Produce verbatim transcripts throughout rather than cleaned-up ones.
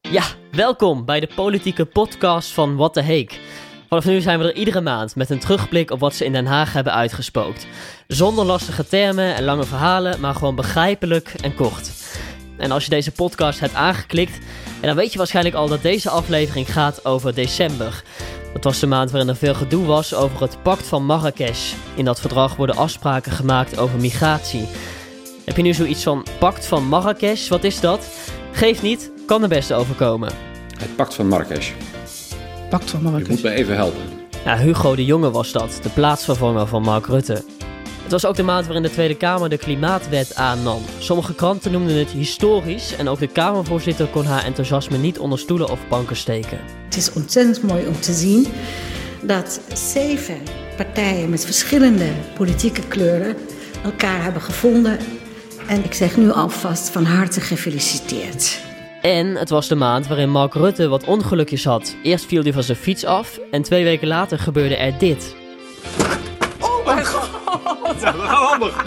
Ja, welkom bij de politieke podcast van What the Heek. Vanaf nu zijn we er iedere maand met een terugblik op wat ze in Den Haag hebben uitgespookt. Zonder lastige termen en lange verhalen, maar gewoon begrijpelijk en kort. En als je deze podcast hebt aangeklikt, dan weet je waarschijnlijk al dat deze aflevering gaat over december. Dat was de maand waarin er veel gedoe was over het Pact van Marrakesh. In dat verdrag worden afspraken gemaakt over migratie. Heb je nu zoiets van Pact van Marrakesh? Wat is dat? Geef niet, kan er best overkomen. Het Pact van Marrakesh. Pact van Marrakesh. Je moet me even helpen. Ja, Hugo de Jonge was dat, de plaatsvervanger van Mark Rutte. Het was ook de maand waarin de Tweede Kamer de Klimaatwet aannam. Sommige kranten noemden het historisch en ook de Kamervoorzitter kon haar enthousiasme niet onder stoelen of banken steken. Het is ontzettend mooi om te zien dat zeven partijen met verschillende politieke kleuren elkaar hebben gevonden. En ik zeg nu alvast van harte gefeliciteerd. En het was de maand waarin Mark Rutte wat ongelukjes had. Eerst viel hij van zijn fiets af en twee weken later gebeurde er dit. Oh mijn god! Ja, handig!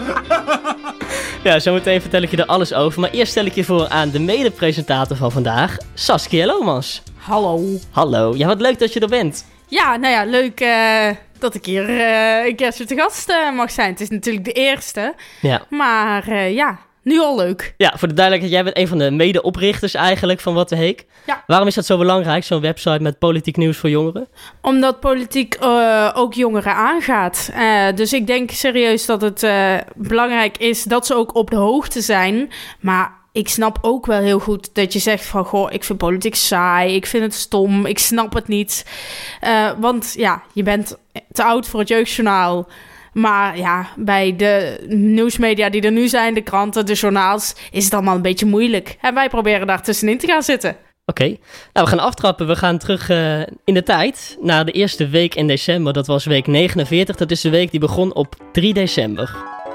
Ja, zometeen vertel ik je er alles over. Maar eerst stel ik je voor aan de mede-presentator van vandaag, Saskia Lomans. Hallo. Hallo. Ja, wat leuk dat je er bent. Ja, nou ja, leuk uh, dat ik hier uh, een keertje te gast uh, mag zijn. Het is natuurlijk de eerste. Ja. Maar uh, ja, nu al leuk. Ja, voor de duidelijkheid, jij bent een van de mede-oprichters eigenlijk van What the Heek. Ja. Waarom is dat zo belangrijk, zo'n website met politiek nieuws voor jongeren? Omdat politiek uh, ook jongeren aangaat. Uh, dus ik denk serieus dat het uh, belangrijk is dat ze ook op de hoogte zijn. Maar ik snap ook wel heel goed dat je zegt van, goh, ik vind politiek saai, ik vind het stom, ik snap het niet. Uh, want ja, je bent te oud voor het jeugdjournaal. Maar ja, bij de nieuwsmedia die er nu zijn, de kranten, de journaals, is het allemaal een beetje moeilijk. En wij proberen daar tussenin te gaan zitten. Oké, okay. Nou, we gaan aftrappen. We gaan terug uh, in de tijd naar de eerste week in december. Dat was week negenenveertig. Dat is de week die begon op drie december.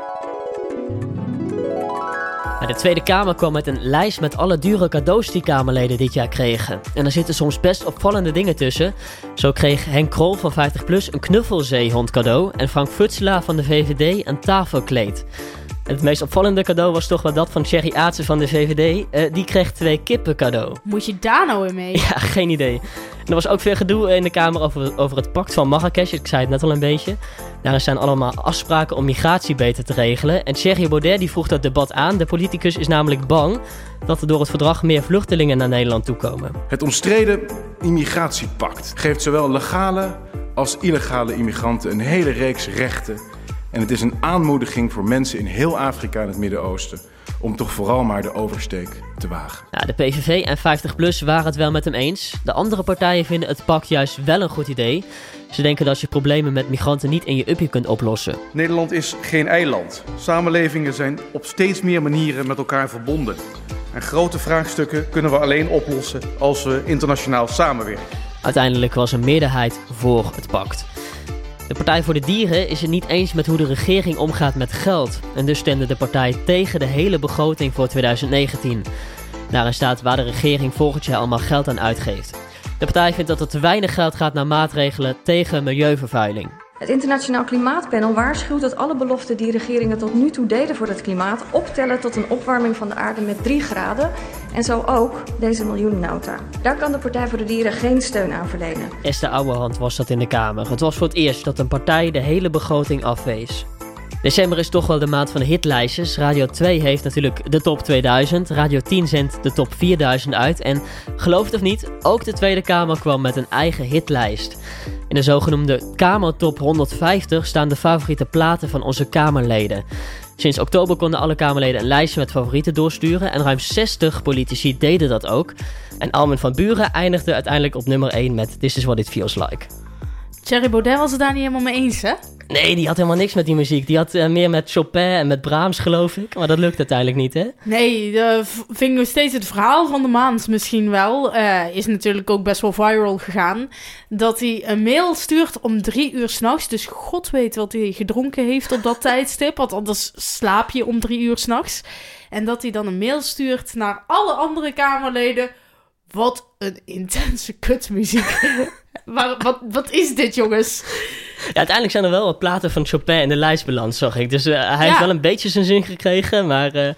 De Tweede Kamer kwam met een lijst met alle dure cadeaus die Kamerleden dit jaar kregen. En er zitten soms best opvallende dingen tussen. Zo kreeg Henk Krol van vijftig plus een knuffelzeehond cadeau en Frank Futselaar van de V V D een tafelkleed. Het meest opvallende cadeau was toch wel dat van Thierry Aartsen van de V V D. Uh, die kreeg twee kippen cadeau. Moet je daar nou in mee? Ja, geen idee. En er was ook veel gedoe in de Kamer over, over het Pact van Marrakesh. Ik zei het net al een beetje. Daarin zijn allemaal afspraken om migratie beter te regelen. En Thierry Baudet die vroeg dat debat aan. De politicus is namelijk bang dat er door het verdrag meer vluchtelingen naar Nederland toekomen. Het omstreden immigratiepact geeft zowel legale als illegale immigranten een hele reeks rechten. En het is een aanmoediging voor mensen in heel Afrika en het Midden-Oosten om toch vooral maar de oversteek te wagen. Ja, de P V V en vijftig plus waren het wel met hem eens. De andere partijen vinden het pact juist wel een goed idee. Ze denken dat je problemen met migranten niet in je uppie kunt oplossen. Nederland is geen eiland. Samenlevingen zijn op steeds meer manieren met elkaar verbonden. En grote vraagstukken kunnen we alleen oplossen als we internationaal samenwerken. Uiteindelijk was een meerderheid voor het pact. De Partij voor de Dieren is het niet eens met hoe de regering omgaat met geld. En dus stemde de partij tegen de hele begroting voor twintig negentien. Daarin staat waar de regering volgend jaar allemaal geld aan uitgeeft. De partij vindt dat er te weinig geld gaat naar maatregelen tegen milieuvervuiling. Het Internationaal Klimaatpanel waarschuwt dat alle beloften die regeringen tot nu toe deden voor het klimaat optellen tot een opwarming van de aarde met drie graden. En zo ook deze miljoenennota. Daar kan de Partij voor de Dieren geen steun aan verlenen. Esther Ouwehand was dat in de Kamer. Het was voor het eerst dat een partij de hele begroting afwees. December is toch wel de maand van de hitlijstjes. Radio twee heeft natuurlijk de top tweeduizend. Radio tien zendt de top vierduizend uit. En geloof het of niet, ook de Tweede Kamer kwam met een eigen hitlijst. In de zogenoemde Kamertop honderdvijftig staan de favoriete platen van onze Kamerleden. Sinds oktober konden alle Kamerleden een lijstje met favorieten doorsturen. En ruim zestig politici deden dat ook. En Armin van Buuren eindigde uiteindelijk op nummer één met This is what it feels like. Thierry Baudet was het daar niet helemaal mee eens, hè? Nee, die had helemaal niks met die muziek. Die had uh, meer met Chopin en met Brahms, geloof ik. Maar dat lukt uiteindelijk niet, hè? Nee, uh, vind ik nog steeds het verhaal van de maand misschien wel. Uh, is natuurlijk ook best wel viral gegaan. Dat hij een mail stuurt om drie uur 's nachts. Dus god weet wat hij gedronken heeft op dat tijdstip. Want anders slaap je om drie uur 's nachts. En dat hij dan een mail stuurt naar alle andere Kamerleden. Wat een intense kutmuziek. Maar wat, wat is dit, jongens? Ja, uiteindelijk zijn er wel wat platen van Chopin in de lijst beland, zag ik. Dus uh, hij ja. heeft wel een beetje zijn zin gekregen, maar uh,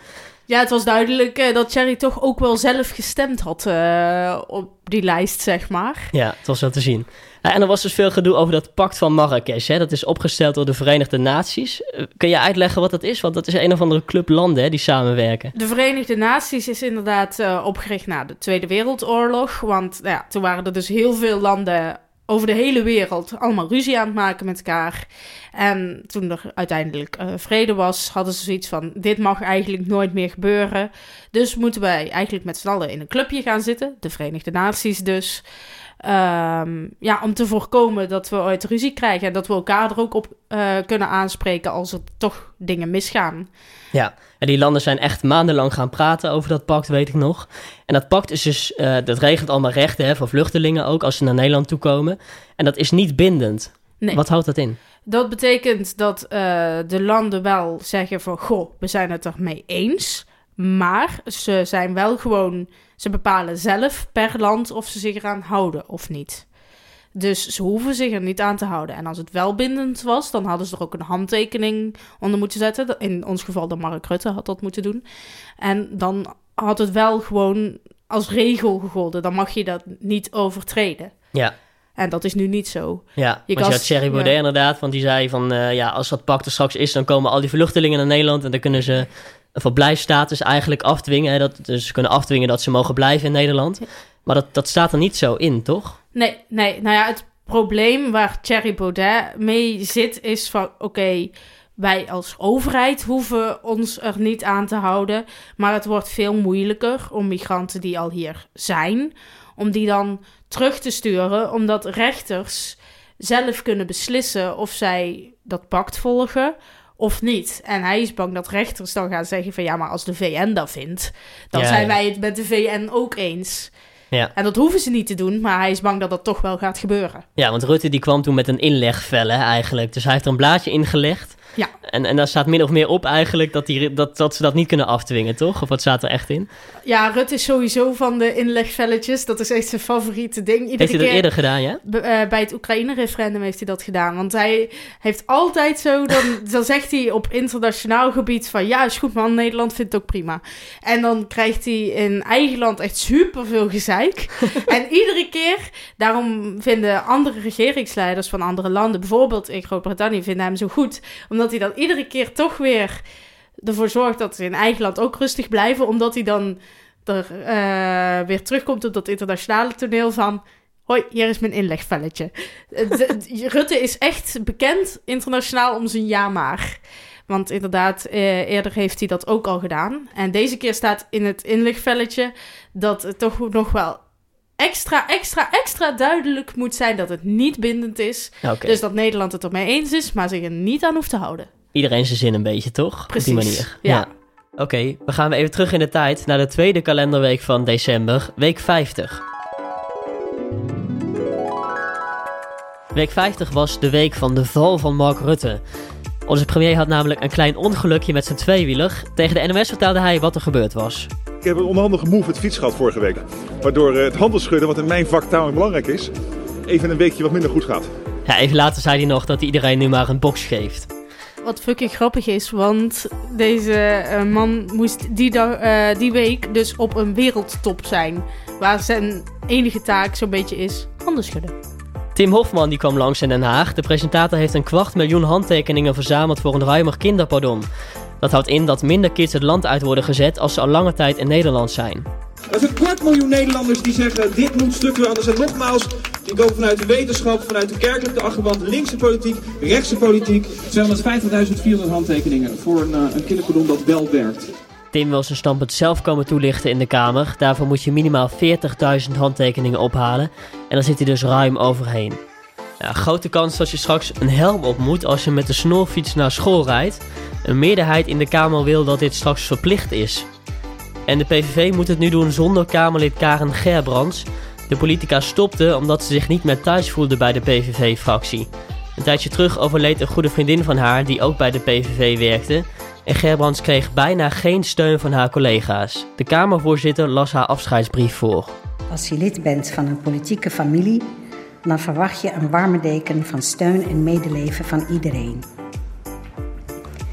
Ja, het was duidelijk uh, dat Thierry toch ook wel zelf gestemd had uh, op die lijst, zeg maar. Ja, het was wel te zien. Uh, en er was dus veel gedoe over dat pact van Marrakesh. Hè? Dat is opgesteld door de Verenigde Naties. Uh, kun je uitleggen wat dat is? Want dat is een of andere club landen hè, die samenwerken. De Verenigde Naties is inderdaad uh, opgericht na de Tweede Wereldoorlog. Want nou ja, toen waren er dus heel veel landen over de hele wereld allemaal ruzie aan het maken met elkaar. En toen er uiteindelijk uh, vrede was, hadden ze zoiets van, dit mag eigenlijk nooit meer gebeuren. Dus moeten wij eigenlijk met z'n allen in een clubje gaan zitten, de Verenigde Naties dus. Um, ja, om te voorkomen dat we ooit ruzie krijgen en dat we elkaar er ook op uh, kunnen aanspreken als er toch dingen misgaan. Ja, en die landen zijn echt maandenlang gaan praten over dat pact, weet ik nog. En dat pact is dus, uh, dat regelt allemaal rechten hè, voor vluchtelingen ook als ze naar Nederland toe komen. En dat is niet bindend. Nee. Wat houdt dat in? Dat betekent dat uh, de landen wel zeggen van, goh, we zijn het ermee eens. Maar ze zijn wel gewoon, ze bepalen zelf per land of ze zich eraan houden of niet. Dus ze hoeven zich er niet aan te houden. En als het wel bindend was, dan hadden ze er ook een handtekening onder moeten zetten. In ons geval de Mark Rutte had dat moeten doen. En dan had het wel gewoon als regel gegolden. Dan mag je dat niet overtreden. Ja. En dat is nu niet zo. Ja, je, want je had Thierry Baudet ja. inderdaad, want die zei van, uh, ja, als dat pact er straks is, dan komen al die vluchtelingen naar Nederland en dan kunnen ze een verblijfsstatus eigenlijk afdwingen. Hè, dat, dus ze kunnen afdwingen dat ze mogen blijven in Nederland. Ja. Maar dat, dat staat er niet zo in, toch? Nee, nee. Nou ja, het probleem waar Thierry Baudet mee zit is van, oké, okay, wij als overheid hoeven ons er niet aan te houden, maar het wordt veel moeilijker om migranten die al hier zijn, om die dan terug te sturen, omdat rechters zelf kunnen beslissen of zij dat pact volgen of niet. En hij is bang dat rechters dan gaan zeggen van, ja, maar als de V N dat vindt, dan ja, zijn ja. wij het met de V N ook eens. Ja. En dat hoeven ze niet te doen, maar hij is bang dat dat toch wel gaat gebeuren. Ja, want Rutte die kwam toen met een inlegvelle eigenlijk. Dus hij heeft er een blaadje ingelegd. Ja. En, en daar staat min of meer op eigenlijk dat, die, dat, dat ze dat niet kunnen afdwingen, toch? Of wat staat er echt in? Ja, Rutte is sowieso van de inlegvelletjes. Dat is echt zijn favoriete ding. Iedere heeft hij dat keer, eerder gedaan, ja? B- uh, bij het Oekraïne-referendum heeft hij dat gedaan. Want hij heeft altijd zo, dan, dan zegt hij op internationaal gebied van, ja, is goed man, Nederland vindt het ook prima. En dan krijgt hij in eigen land echt superveel gezeik. En iedere keer, daarom vinden andere regeringsleiders van andere landen, bijvoorbeeld in Groot-Brittannië, vinden hem zo goed, omdat hij dan iedere keer toch weer ervoor zorgt dat ze in eigen land ook rustig blijven, omdat hij dan er uh, weer terugkomt op dat internationale toneel van, hoi, hier is mijn inlegvelletje. De, de, Rutte is echt bekend internationaal om zijn ja maar. Want inderdaad, uh, eerder heeft hij dat ook al gedaan. En deze keer staat in het inlegvelletje dat het toch nog wel extra, extra, extra duidelijk moet zijn dat het niet bindend is. Okay. Dus dat Nederland het ermee eens is, maar zich er niet aan hoeft te houden. Iedereen zijn zin een beetje, toch? Precies. Op die manier. Ja. ja. Oké, okay, we gaan weer even terug in de tijd naar de tweede kalenderweek van december, week vijftig. Week vijftig was de week van de val van Mark Rutte. Onze premier had namelijk een klein ongelukje met zijn tweewieler. Tegen de N O S vertelde hij wat er gebeurd was. Ik heb een onhandige move met fiets gehad vorige week. Waardoor het handelsschudden, wat in mijn vak tamelijk belangrijk is, even een weekje wat minder goed gaat. Ja, even later zei hij nog dat hij iedereen nu maar een box geeft. Wat fucking grappig is, want deze uh, man moest die, dag, uh, die week dus op een wereldtop zijn. Waar zijn enige taak zo'n beetje is handen schudden. Tim Hofman die kwam langs in Den Haag. De presentator heeft een kwart miljoen handtekeningen verzameld voor een ruimer kinderpardon. Dat houdt in dat minder kids het land uit worden gezet als ze al lange tijd in Nederland zijn. Dat is een kwart miljoen Nederlanders die zeggen dit moet stukken anders. En nogmaals, die komen vanuit de wetenschap, vanuit de kerkelijke achterban, linkse politiek, rechtse politiek. tweehonderdvijftigduizend vierhonderd handtekeningen voor een, een kinderpardon dat wel werkt. Tim wil zijn standpunt zelf komen toelichten in de Kamer. Daarvoor moet je minimaal veertigduizend handtekeningen ophalen. En dan zit hij dus ruim overheen. Ja, grote kans dat je straks een helm op moet als je met de snorfiets naar school rijdt. Een meerderheid in de Kamer wil dat dit straks verplicht is. En de P V V moet het nu doen zonder Kamerlid Karen Gerbrands. De politica stopte omdat ze zich niet meer thuis voelde bij de P V V-fractie. Een tijdje terug overleed een goede vriendin van haar die ook bij de P V V werkte. En Gerbrands kreeg bijna geen steun van haar collega's. De Kamervoorzitter las haar afscheidsbrief voor. Als je lid bent van een politieke familie, dan verwacht je een warme deken van steun en medeleven van iedereen. De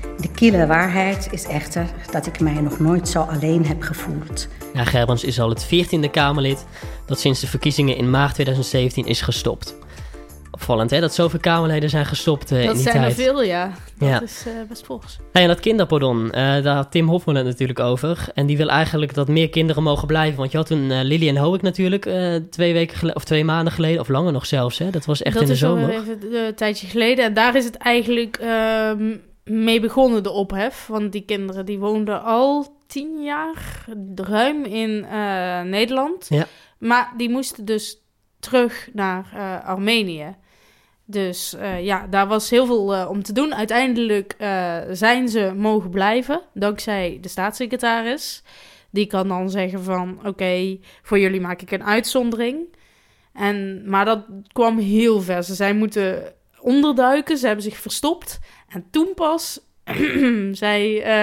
kille waarheid is echter dat ik mij nog nooit zo alleen heb gevoeld. Ja, Gerbrands is al het veertiende Kamerlid dat sinds de verkiezingen in maart tweeduizend zeventien is gestopt. Opvallend, hè? Dat zoveel Kamerleden zijn gestopt uh, in die tijd. Dat zijn er veel, ja. Dat ja. is uh, best volgens. Hey, en dat kinderpardon, uh, daar had Tim Hofman het natuurlijk over. En die wil eigenlijk dat meer kinderen mogen blijven. Want je had toen uh, Lilian Hoek natuurlijk uh, twee weken geleden, of twee maanden geleden, of langer nog zelfs. Hè? Dat was echt dat in de zomer. Dat is al even uh, een tijdje geleden. En daar is het eigenlijk uh, mee begonnen, de ophef. Want die kinderen die woonden al tien jaar ruim in uh, Nederland. Ja. Maar die moesten dus terug naar uh, Armenië. Dus uh, ja, daar was heel veel uh, om te doen. Uiteindelijk uh, zijn ze mogen blijven, dankzij de staatssecretaris. Die kan dan zeggen van, oké, okay, voor jullie maak ik een uitzondering. En, maar dat kwam heel ver. Ze zijn moeten onderduiken, ze hebben zich verstopt. En toen pas zei uh,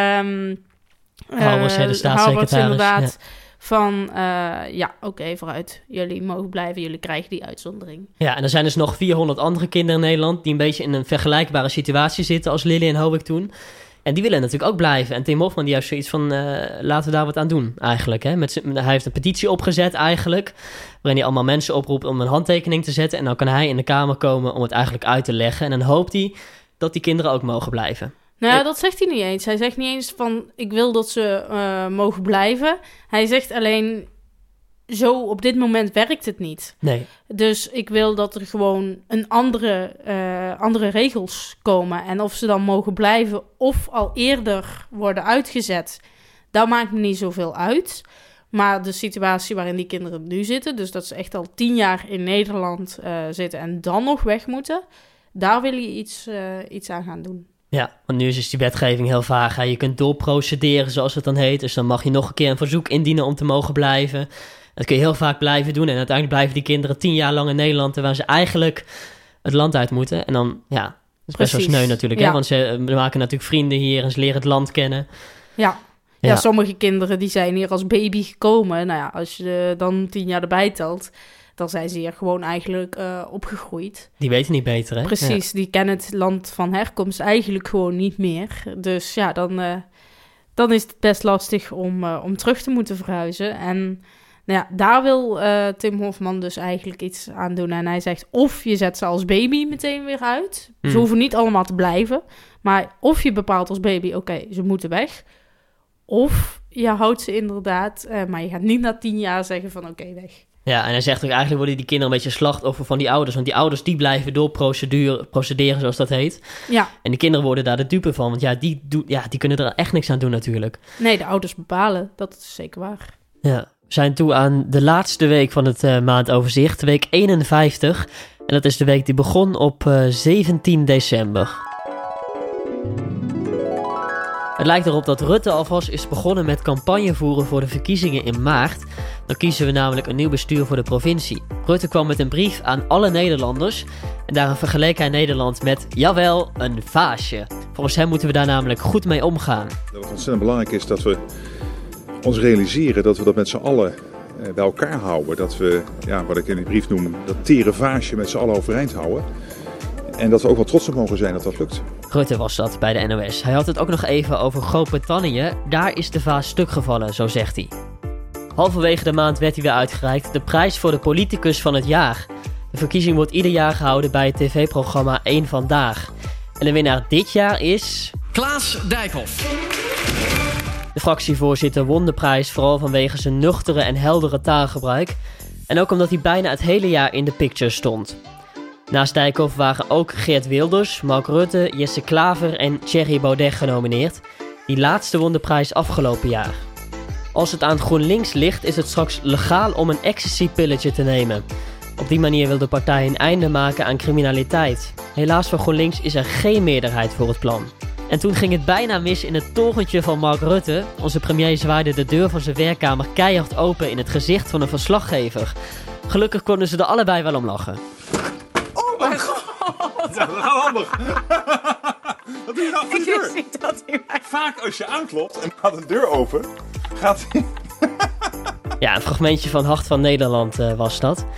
Houwers, uh, de staatssecretaris, inderdaad... Ja. Van, uh, ja, oké, okay, vooruit. Jullie mogen blijven, jullie krijgen die uitzondering. Ja, en er zijn dus nog vierhonderd andere kinderen in Nederland... die een beetje in een vergelijkbare situatie zitten als Lilian Hoek toen. En die willen natuurlijk ook blijven. En Tim Hofman die heeft zoiets van, uh, laten we daar wat aan doen eigenlijk. Hè? Met z'n, hij heeft een petitie opgezet eigenlijk... waarin hij allemaal mensen oproept om een handtekening te zetten... en dan kan hij in de Kamer komen om het eigenlijk uit te leggen. En dan hoopt hij dat die kinderen ook mogen blijven. Nou ja, dat zegt hij niet eens. Hij zegt niet eens van, ik wil dat ze uh, mogen blijven. Hij zegt alleen, zo op dit moment werkt het niet. Nee. Dus ik wil dat er gewoon een andere, uh, andere regels komen. En of ze dan mogen blijven of al eerder worden uitgezet, dat maakt me niet zoveel uit. Maar de situatie waarin die kinderen nu zitten, dus dat ze echt al tien jaar in Nederland uh, zitten en dan nog weg moeten, daar wil je iets, uh, iets aan gaan doen. Ja, want nu is dus die wetgeving heel vaag. Hè? Je kunt doorprocederen, zoals het dan heet. Dus dan mag je nog een keer een verzoek indienen om te mogen blijven. Dat kun je heel vaak blijven doen. En uiteindelijk blijven die kinderen tien jaar lang in Nederland... terwijl ze eigenlijk het land uit moeten. En dan, ja, dat is best wel sneu natuurlijk. Ja. Hè? Want ze maken natuurlijk vrienden hier en ze leren het land kennen. Ja. Ja, ja, sommige kinderen die zijn hier als baby gekomen. Nou ja, als je dan tien jaar erbij telt... dan zijn ze hier gewoon eigenlijk uh, opgegroeid. Die weten niet beter, hè? Precies, ja. Die kennen het land van herkomst eigenlijk gewoon niet meer. Dus ja, dan, uh, dan is het best lastig om, uh, om terug te moeten verhuizen. En nou ja, daar wil uh, Tim Hofman dus eigenlijk iets aan doen. En hij zegt, of je zet ze als baby meteen weer uit. Mm. Ze hoeven niet allemaal te blijven. Maar of je bepaalt als baby, oké, okay, ze moeten weg. Of je houdt ze inderdaad, uh, maar je gaat niet na tien jaar zeggen van oké, okay, weg. Ja, en hij zegt ook eigenlijk worden die kinderen een beetje slachtoffer van die ouders. Want die ouders die blijven door procederen, zoals dat heet. Ja. En die kinderen worden daar de dupe van. Want ja die, do- ja, die kunnen er echt niks aan doen natuurlijk. Nee, de ouders bepalen. Dat is zeker waar. Ja, we zijn toe aan de laatste week van het uh, maandoverzicht. Week eenenvijftig. En dat is de week die begon op uh, zeventien december. Het lijkt erop dat Rutte alvast is begonnen met campagne voeren voor de verkiezingen in maart. Dan kiezen we namelijk een nieuw bestuur voor de provincie. Rutte kwam met een brief aan alle Nederlanders. En daarin vergeleek hij Nederland met, jawel, een vaasje. Volgens hem moeten we daar namelijk goed mee omgaan. Dat het ontzettend belangrijk is dat we ons realiseren dat we dat met z'n allen bij elkaar houden. Dat we, ja, wat ik in die brief noem, dat tere vaasje met z'n allen overeind houden. En dat we ook wel trots op mogen zijn dat dat lukt. Rutte was dat bij de N O S. Hij had het ook nog even over Groot-Brittannië. Daar is de vaas stuk gevallen, zo zegt hij. Halverwege de maand werd hij weer uitgereikt. De prijs voor de politicus van het jaar. De verkiezing wordt ieder jaar gehouden bij het tv-programma één Vandaag. En de winnaar dit jaar is... Klaas Dijkhoff. De fractievoorzitter won de prijs vooral vanwege zijn nuchtere en heldere taalgebruik. En ook omdat hij bijna het hele jaar in de picture stond. Naast Dijkhoff waren ook Geert Wilders, Mark Rutte, Jesse Klaver en Thierry Baudet genomineerd. Die laatste won de prijs afgelopen jaar. Als het aan GroenLinks ligt, is het straks legaal om een ecstasy-pilletje te nemen. Op die manier wil de partij een einde maken aan criminaliteit. Helaas voor GroenLinks is er geen meerderheid voor het plan. En toen ging het bijna mis in het torentje van Mark Rutte. Onze premier zwaaide de deur van zijn werkkamer keihard open in het gezicht van een verslaggever. Gelukkig konden ze er allebei wel om lachen. Oh mijn god! Ja, dat gaat handig. Wat doe je nou voor de deur? Ik zie dat hij mij... Vaak als je aanklopt en gaat een deur open, gaat hij... Ja, een fragmentje van Hart van Nederland uh, was dat.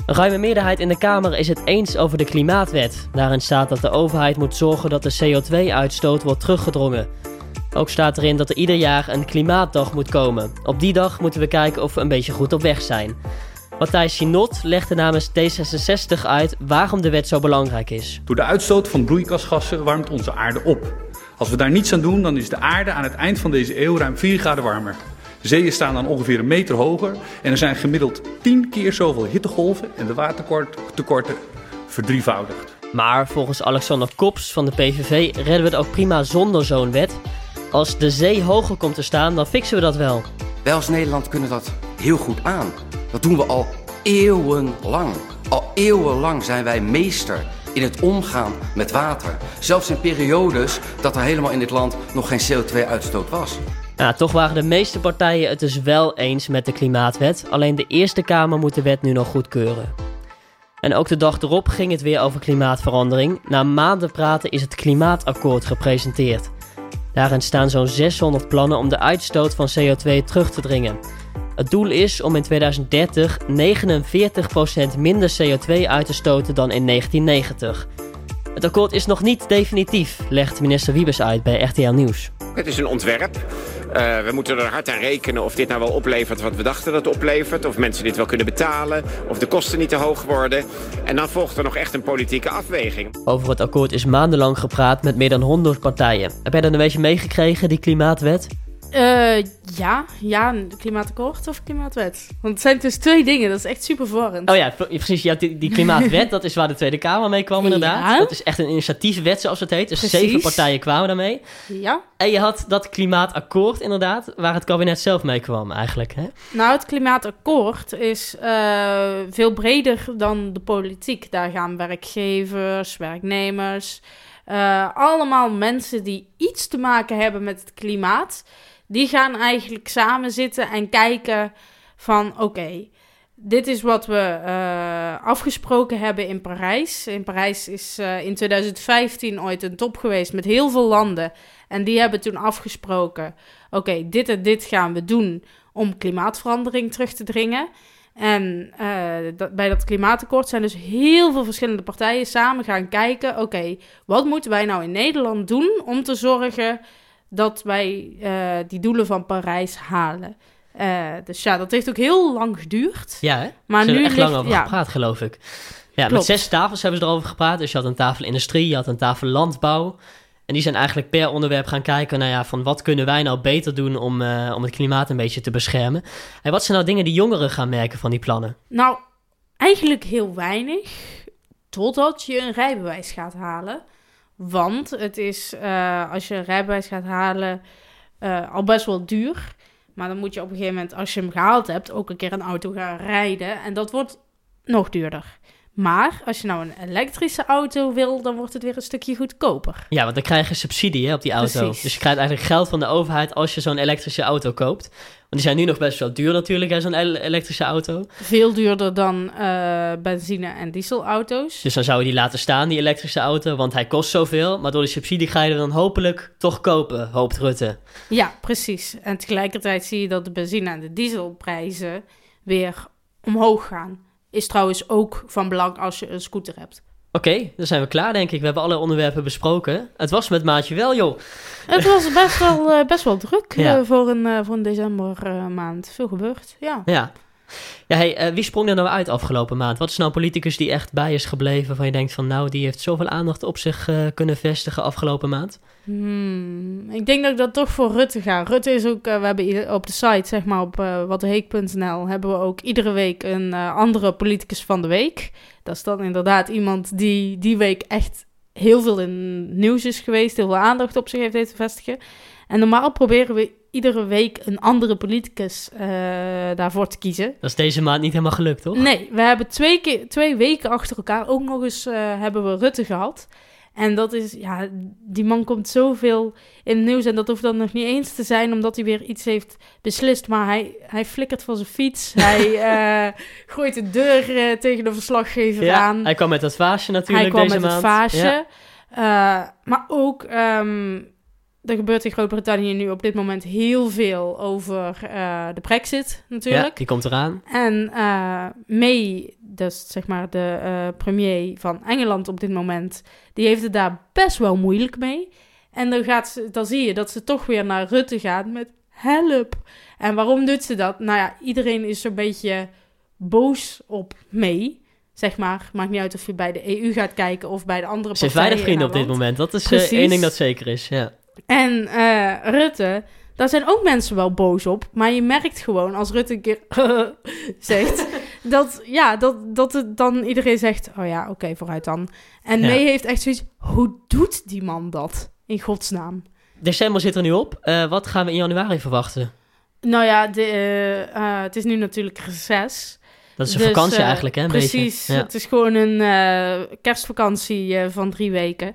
Een ruime meerderheid in de Kamer is het eens over de Klimaatwet. Daarin staat dat de overheid moet zorgen dat de C O twee uitstoot wordt teruggedrongen. Ook staat erin dat er ieder jaar een klimaatdag moet komen. Op die dag moeten we kijken of we een beetje goed op weg zijn. Matthijs Sinot legde namens D zesenzestig uit waarom de wet zo belangrijk is. Door de uitstoot van broeikasgassen warmt onze aarde op. Als we daar niets aan doen, dan is de aarde aan het eind van deze eeuw ruim vier graden warmer. De zeeën staan dan ongeveer een meter hoger en er zijn gemiddeld tien keer zoveel hittegolven en de watertekorten verdrievoudigd. Maar volgens Alexander Kops van de P V V redden we het ook prima zonder zo'n wet. Als de zee hoger komt te staan, dan fixen we dat wel. Wij als Nederland kunnen dat heel goed aan. Dat doen we al eeuwenlang. Al eeuwenlang zijn wij meester in het omgaan met water. Zelfs in periodes dat er helemaal in dit land nog geen C O twee uitstoot was. Nou, toch waren de meeste partijen het dus wel eens met de Klimaatwet. Alleen de Eerste Kamer moet de wet nu nog goedkeuren. En ook de dag erop ging het weer over klimaatverandering. Na maanden praten is het Klimaatakkoord gepresenteerd. Daarin staan zo'n zeshonderd plannen om de uitstoot van C O twee terug te dringen. Het doel is om in tweeduizend dertig negenenveertig procent minder C O twee uit te stoten dan in negentien negentig. Het akkoord is nog niet definitief, legt minister Wiebes uit bij R T L Nieuws. Het is een ontwerp. Uh, we moeten er hard aan rekenen of dit nou wel oplevert wat we dachten dat het oplevert. Of mensen dit wel kunnen betalen. Of de kosten niet te hoog worden. En dan volgt er nog echt een politieke afweging. Over het akkoord is maandenlang gepraat met meer dan honderd partijen. Heb jij dat een beetje meegekregen, die klimaatwet? Uh, ja, ja, klimaatakkoord of klimaatwet? Want het zijn dus twee dingen, dat is echt super verwarrend. Oh ja, precies. Ja, die, die klimaatwet, dat is waar de Tweede Kamer mee kwam inderdaad. Ja. Dat is echt een initiatiefwet zoals het heet. Dus precies. Zeven partijen kwamen daarmee. Ja. En je had dat klimaatakkoord inderdaad, waar het kabinet zelf mee kwam eigenlijk. Hè? Nou, het klimaatakkoord is uh, veel breder dan de politiek. Daar gaan werkgevers, werknemers, uh, allemaal mensen die iets te maken hebben met het klimaat. Die gaan eigenlijk samen zitten en kijken van oké, okay, dit is wat we uh, afgesproken hebben in Parijs. In Parijs is uh, in tweeduizend vijftien ooit een top geweest met heel veel landen. En die hebben toen afgesproken, oké, okay, dit en dit gaan we doen om klimaatverandering terug te dringen. En uh, dat, bij dat klimaatakkoord zijn dus heel veel verschillende partijen samen gaan kijken, oké, okay, wat moeten wij nou in Nederland doen om te zorgen dat wij uh, die doelen van Parijs halen. Uh, dus ja, dat heeft ook heel lang geduurd. Ja, hè? Maar Ze nu hebben er echt ligt, lang over ja. gepraat, geloof ik. Ja, Klopt. met zes tafels hebben ze erover gepraat. Dus je had een tafel industrie, je had een tafel landbouw. En die zijn eigenlijk per onderwerp gaan kijken, nou ja, van wat kunnen wij nou beter doen om, uh, om het klimaat een beetje te beschermen. En wat zijn nou dingen die jongeren gaan merken van die plannen? Nou, eigenlijk heel weinig, totdat je een rijbewijs gaat halen. Want het is, uh, als je een rijbewijs gaat halen, uh, al best wel duur. Maar dan moet je op een gegeven moment, als je hem gehaald hebt, ook een keer een auto gaan rijden. En dat wordt nog duurder. Maar als je nou een elektrische auto wil, dan wordt het weer een stukje goedkoper. Ja, want dan krijg je subsidie hè, op die auto. Precies. Dus je krijgt eigenlijk geld van de overheid als je zo'n elektrische auto koopt. Want die zijn nu nog best wel duur natuurlijk, hè, zo'n ele- elektrische auto. Veel duurder dan uh, benzine- en dieselauto's. Dus dan zou je die laten staan, die elektrische auto, want hij kost zoveel. Maar door de subsidie ga je er dan hopelijk toch kopen, hoopt Rutte. Ja, precies. En tegelijkertijd zie je dat de benzine- en de dieselprijzen weer omhoog gaan. Is trouwens ook van belang als je een scooter hebt. Oké, okay, dan zijn we klaar denk ik. We hebben alle onderwerpen besproken. Het was met Maatje wel, joh. Het was best wel, uh, best wel druk ja. uh, voor een, uh, voor een decembermaand. Uh, Veel gebeurd, ja. Ja. Ja, hey, uh, wie sprong er nou uit afgelopen maand? Wat is nou een politicus die echt bij is gebleven, waarvan je denkt van nou, die heeft zoveel aandacht op zich uh, kunnen vestigen afgelopen maand? Hmm, ik denk dat ik dat toch voor Rutte ga. Rutte is ook, uh, we hebben op de site, zeg maar op uh, watdeheek punt n l, hebben we ook iedere week een uh, andere politicus van de week. Dat is dan inderdaad iemand die die week echt heel veel in nieuws is geweest, heel veel aandacht op zich heeft weten te vestigen. En normaal proberen we iedere week een andere politicus uh, daarvoor te kiezen. Dat is deze maand niet helemaal gelukt, toch? Nee, we hebben twee, keer, twee weken achter elkaar ook nog eens uh, hebben we Rutte gehad. En dat is, ja, die man komt zoveel in het nieuws. En dat hoeft dan nog niet eens te zijn omdat hij weer iets heeft beslist. Maar hij, hij flikkert van zijn fiets. Hij uh, gooit de deur uh, tegen de verslaggever ja, aan. Hij kwam met dat vaasje natuurlijk deze maand. deze Hij maand. kwam met het vaasje. Ja. Uh, maar ook, um, er gebeurt in Groot-Brittannië nu op dit moment heel veel over uh, de Brexit natuurlijk. Ja, die komt eraan. En uh, May, dus zeg maar de uh, premier van Engeland op dit moment, die heeft het daar best wel moeilijk mee. En dan, gaat ze, dan zie je dat ze toch weer naar Rutte gaat met help. En waarom doet ze dat? Nou ja, iedereen is zo'n beetje boos op mee, zeg maar. Maakt niet uit of je bij de E U gaat kijken of bij de andere partijen. Ze heeft weinig vrienden op dit moment. Dat is uh, één ding dat zeker is, ja. En uh, Rutte, daar zijn ook mensen wel boos op. Maar je merkt gewoon, als Rutte een keer zegt, dat, ja, dat, dat het dan iedereen zegt, oh ja, oké, okay, vooruit dan. En ja. May heeft echt zoiets, hoe doet die man dat? In godsnaam. December zit er nu op. Uh, wat gaan we in januari verwachten? Nou ja, de, uh, uh, het is nu natuurlijk reces. Dat is een dus, vakantie uh, eigenlijk, hè? Een precies. Ja. Het is gewoon een uh, kerstvakantie uh, van drie weken.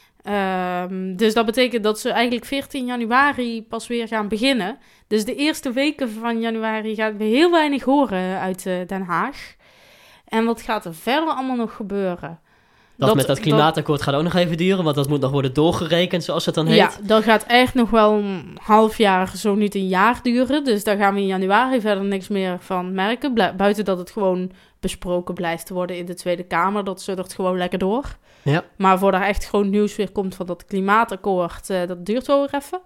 Um, dus dat betekent dat ze eigenlijk veertien januari pas weer gaan beginnen. Dus de eerste weken van januari gaan we heel weinig horen uit uh, Den Haag. En wat gaat er verder allemaal nog gebeuren? Dat, dat met dat klimaatakkoord dat, gaat ook nog even duren, want dat moet nog worden doorgerekend, zoals het dan heet. Ja, dat gaat echt nog wel een half jaar, zo niet een jaar duren. Dus daar gaan we in januari verder niks meer van merken. Buiten dat het gewoon besproken blijft worden in de Tweede Kamer. Dat suddert gewoon lekker door. Ja. Maar voor daar echt gewoon nieuws weer komt van dat klimaatakkoord, uh, dat duurt wel weer even.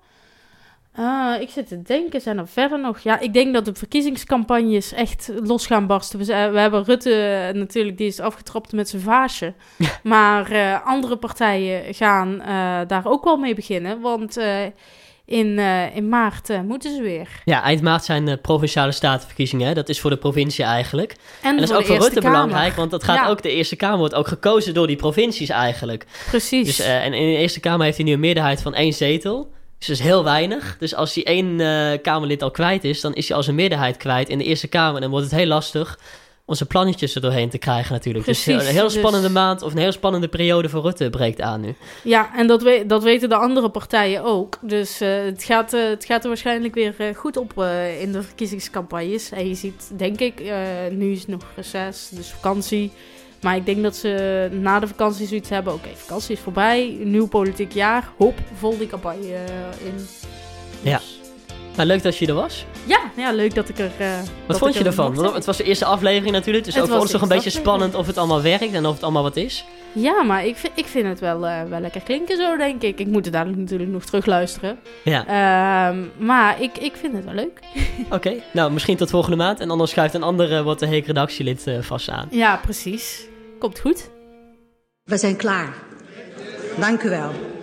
Uh, ik zit te denken, zijn er verder nog... Ja, ik denk dat de verkiezingscampagnes echt los gaan barsten. We, we hebben Rutte natuurlijk, die is afgetrapt met zijn vaasje. Maar uh, andere partijen gaan uh, daar ook wel mee beginnen. Want uh, in, uh, in maart uh, moeten ze weer. Ja, eind maart zijn uh, provinciale statenverkiezingen. Hè? Dat is voor de provincie eigenlijk. En, en dat voor is ook voor Rutte Kamer. belangrijk. Want dat gaat ja. ook, de Eerste Kamer wordt ook gekozen door die provincies eigenlijk. Precies. Dus, uh, en in de Eerste Kamer heeft hij nu een meerderheid van één zetel. Dus dat is heel weinig. Dus als hij één uh, Kamerlid al kwijt is, dan is hij al zijn meerderheid kwijt in de Eerste Kamer. En dan wordt het heel lastig onze plannetjes er doorheen te krijgen natuurlijk. Precies, dus een heel spannende dus... maand of een heel spannende periode voor Rutte breekt aan nu. Ja, en dat, we, dat weten de andere partijen ook. Dus uh, het, gaat, uh, het gaat er waarschijnlijk weer uh, goed op uh, in de verkiezingscampagnes. En je ziet, denk ik, uh, nu is het nog reces, dus vakantie. Maar ik denk dat ze na de vakantie zoiets hebben. Oké, okay, vakantie is voorbij. Nieuw politiek jaar. Hop, vol die campagne uh, in. Dus... Ja. Nou, leuk dat je er was. Ja, ja leuk dat ik er... Uh, wat vond je ervan? Want het was de eerste aflevering natuurlijk. Dus het ook voor ons nog een beetje spannend of het allemaal werkt en of het allemaal wat is. Ja, maar ik vind, ik vind het wel, uh, wel lekker klinken zo, denk ik. Ik moet het dadelijk natuurlijk nog terugluisteren. Ja. Uh, maar ik, ik vind het wel leuk. Oké, okay. Nou, misschien tot volgende maand. En anders schuift een andere What the Heek redactielid uh, vast aan. Ja, precies. Komt goed. We zijn klaar. Dank u wel.